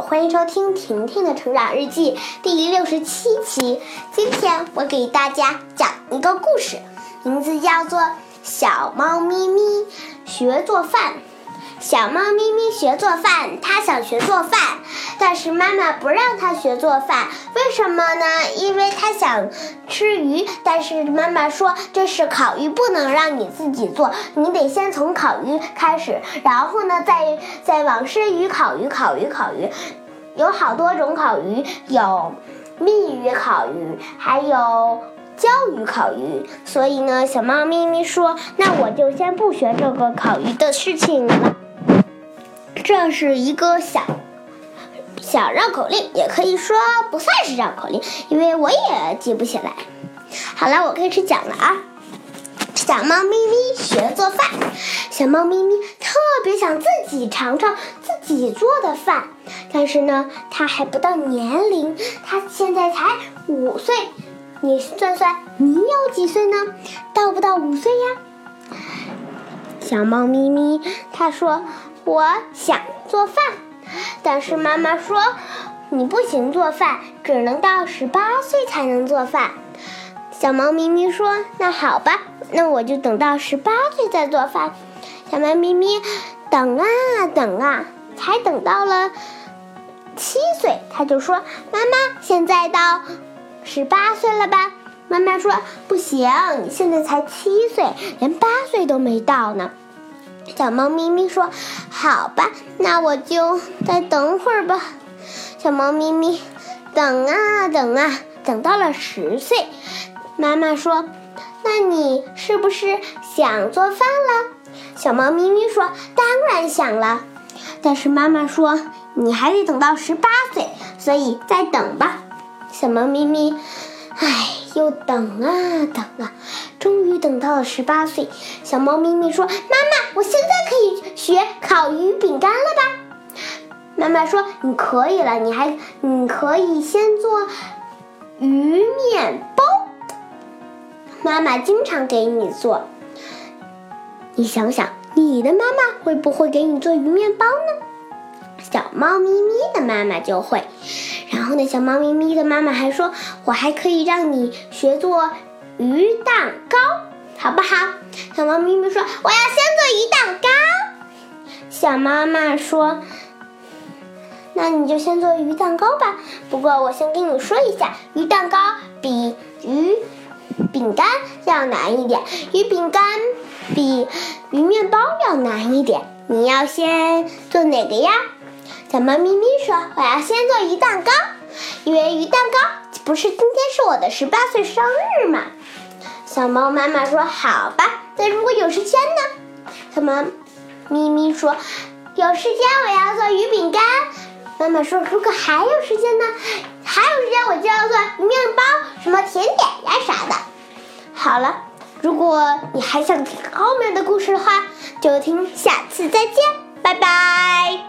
欢迎收听婷婷的成长日记第67期。今天我给大家讲一个故事，名字叫做《小猫咪咪学做饭》。小猫咪咪学做饭，它想学做饭，但是妈妈不让它学做饭。为什么呢？因为它想吃鱼，但是妈妈说这是烤鱼，不能让你自己做，你得先从烤鱼开始，然后呢再往生鱼、烤鱼。有好多种烤鱼，有蜜鱼烤鱼，还有椒鱼烤鱼。所以呢，小猫咪咪说，那我就先不学这个烤鱼的事情了。这是一个小绕口令，也可以说不算是绕口令，因为我也记不起来。好了，我开始讲了啊。小猫咪咪学做饭。小猫咪咪特别想自己尝尝自己做的饭，但是呢，它还不到年龄，它现在才5岁。你算算，你有几岁呢？到不到5岁呀？小猫咪咪它说，我想做饭，但是妈妈说你不行做饭，只能到18岁才能做饭。小猫咪咪说，那好吧，那我就等到18岁再做饭。小猫咪咪等啊等啊，才等到了7岁，他就说，妈妈，现在到18岁了吧？妈妈说，不行，你现在才7岁，连8岁都没到呢。小猫咪咪说，好吧，那我就再等会儿吧。小猫咪咪等啊等啊，等到了10岁。妈妈说，那你是不是想做饭了？小猫咪咪说，当然想了。但是妈妈说，你还得等到18岁，所以再等吧。小猫咪咪又等啊等啊，终于等到了18岁。小猫咪咪说，妈妈，我现在可以学烤鱼饼干了吧？妈妈说，你可以了，你可以先做鱼面包，妈妈经常给你做。你想想，你的妈妈会不会给你做鱼面包呢？小猫咪咪的妈妈就会。然后呢，小猫咪咪的妈妈还说，我还可以让你学做鱼蛋糕，好不好？小猫咪咪说，我要先做鱼蛋糕。小妈妈说，那你就先做鱼蛋糕吧。不过我先跟你说一下，鱼蛋糕比鱼饼干要难一点，鱼饼干比鱼面包要难一点。你要先做哪个呀？小猫咪咪说，我要先做鱼蛋糕，因为鱼蛋糕不是今天是我的18岁生日嘛。小猫妈妈说，好吧，那如果有时间呢？小猫咪咪说，有时间我要做鱼饼干。妈妈说，如果还有时间呢？还有时间我就要做鱼面包，什么甜点呀啥的。好了，如果你还想听后面的故事的话，就听下次再见，拜拜。